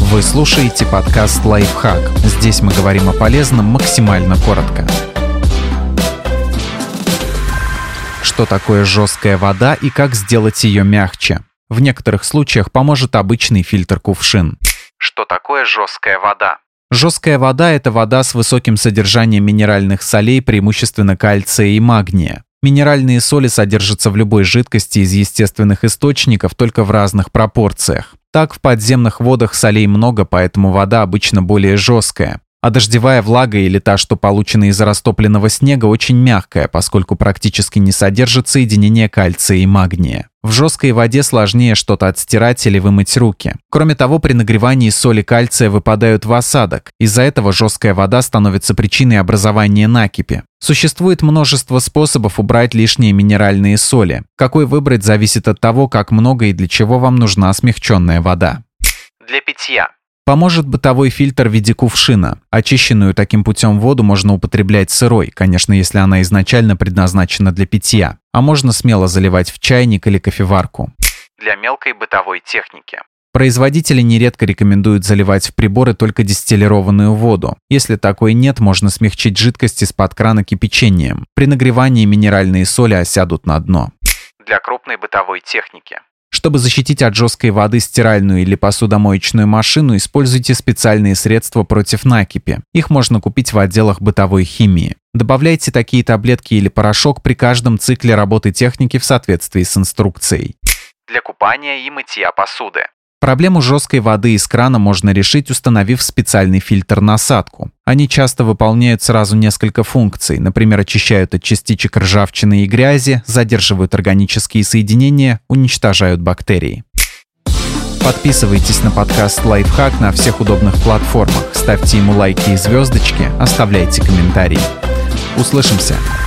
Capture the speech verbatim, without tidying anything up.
Вы слушаете подкаст «Лайфхак». Здесь мы говорим о полезном максимально коротко. Что такое жесткая вода и как сделать ее мягче? В некоторых случаях поможет обычный фильтр-кувшин. Что такое жесткая вода? Жесткая вода – это вода с высоким содержанием минеральных солей, преимущественно кальция и магния. Минеральные соли содержатся в любой жидкости из естественных источников, только в разных пропорциях. Так, в подземных водах солей много, поэтому вода обычно более жесткая. А дождевая влага или та, что получена из растопленного снега, очень мягкая, поскольку практически не содержит соединения кальция и магния. В жесткой воде сложнее что-то отстирать или вымыть руки. Кроме того, при нагревании соли кальция выпадают в осадок. Из-за этого жесткая вода становится причиной образования накипи. Существует множество способов убрать лишние минеральные соли. Какой выбрать, зависит от того, как много и для чего вам нужна смягченная вода. Для питья. Поможет бытовой фильтр в виде кувшина. Очищенную таким путем воду можно употреблять сырой, конечно, если она изначально предназначена для питья. А можно смело заливать в чайник или кофеварку. Для мелкой бытовой техники. Производители нередко рекомендуют заливать в приборы только дистиллированную воду. Если такой нет, можно смягчить жидкость из-под крана кипячением. При нагревании минеральные соли осядут на дно. Для крупной бытовой техники. Чтобы защитить от жесткой воды стиральную или посудомоечную машину, используйте специальные средства против накипи. Их можно купить в отделах бытовой химии. Добавляйте такие таблетки или порошок при каждом цикле работы техники в соответствии с инструкцией. Для купания и мытья посуды. Проблему жесткой воды из крана можно решить, установив специальный фильтр-насадку. Они часто выполняют сразу несколько функций, например, очищают от частичек ржавчины и грязи, задерживают органические соединения, уничтожают бактерии. Подписывайтесь на подкаст «Лайфхак» на всех удобных платформах, ставьте ему лайки и звездочки, оставляйте комментарии. Услышимся!